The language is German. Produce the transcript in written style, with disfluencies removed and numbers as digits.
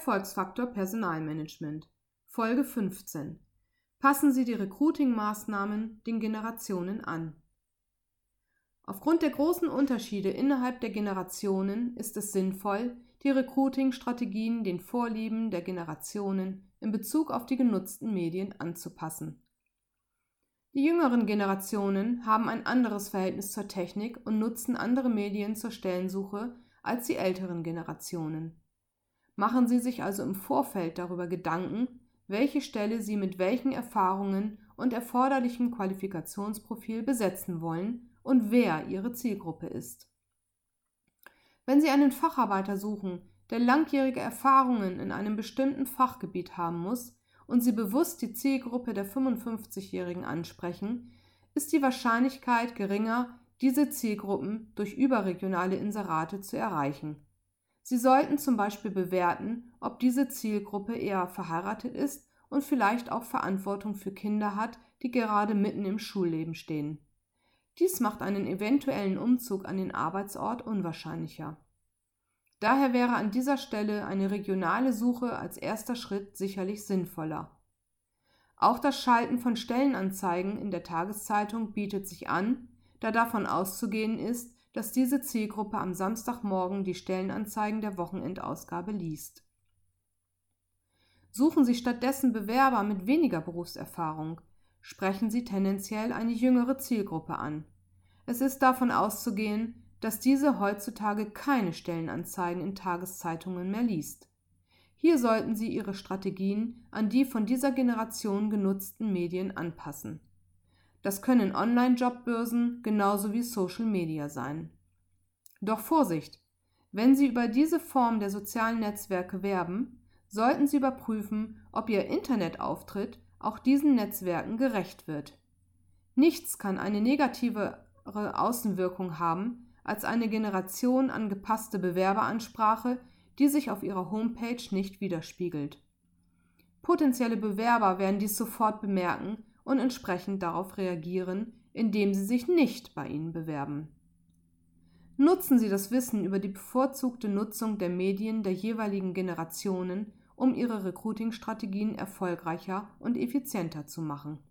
Erfolgsfaktor Personalmanagement. Folge 15. Passen Sie die Recruiting-Maßnahmen den Generationen an. Aufgrund der großen Unterschiede innerhalb der Generationen ist es sinnvoll, die Recruiting-Strategien den Vorlieben der Generationen in Bezug auf die genutzten Medien anzupassen. Die jüngeren Generationen haben ein anderes Verhältnis zur Technik und nutzen andere Medien zur Stellensuche als die älteren Generationen. Machen Sie sich also im Vorfeld darüber Gedanken, welche Stelle Sie mit welchen Erfahrungen und erforderlichem Qualifikationsprofil besetzen wollen und wer Ihre Zielgruppe ist. Wenn Sie einen Facharbeiter suchen, der langjährige Erfahrungen in einem bestimmten Fachgebiet haben muss und Sie bewusst die Zielgruppe der 55-Jährigen ansprechen, ist die Wahrscheinlichkeit geringer, diese Zielgruppen durch überregionale Inserate zu erreichen. Sie sollten zum Beispiel bewerten, ob diese Zielgruppe eher verheiratet ist und vielleicht auch Verantwortung für Kinder hat, die gerade mitten im Schulleben stehen. Dies macht einen eventuellen Umzug an den Arbeitsort unwahrscheinlicher. Daher wäre an dieser Stelle eine regionale Suche als erster Schritt sicherlich sinnvoller. Auch das Schalten von Stellenanzeigen in der Tageszeitung bietet sich an, da davon auszugehen ist, dass diese Zielgruppe am Samstagmorgen die Stellenanzeigen der Wochenendausgabe liest. Suchen Sie stattdessen Bewerber mit weniger Berufserfahrung, sprechen Sie tendenziell eine jüngere Zielgruppe an. Es ist davon auszugehen, dass diese heutzutage keine Stellenanzeigen in Tageszeitungen mehr liest. Hier sollten Sie Ihre Strategien an die von dieser Generation genutzten Medien anpassen. Das können Online-Jobbörsen genauso wie Social Media sein. Doch Vorsicht! Wenn Sie über diese Form der sozialen Netzwerke werben, sollten Sie überprüfen, ob Ihr Internetauftritt auch diesen Netzwerken gerecht wird. Nichts kann eine negativere Außenwirkung haben als eine Generation angepasste Bewerberansprache, die sich auf Ihrer Homepage nicht widerspiegelt. Potenzielle Bewerber werden dies sofort bemerken und entsprechend darauf reagieren, indem sie sich nicht bei Ihnen bewerben. Nutzen Sie das Wissen über die bevorzugte Nutzung der Medien der jeweiligen Generationen, um Ihre Recruiting-Strategien erfolgreicher und effizienter zu machen.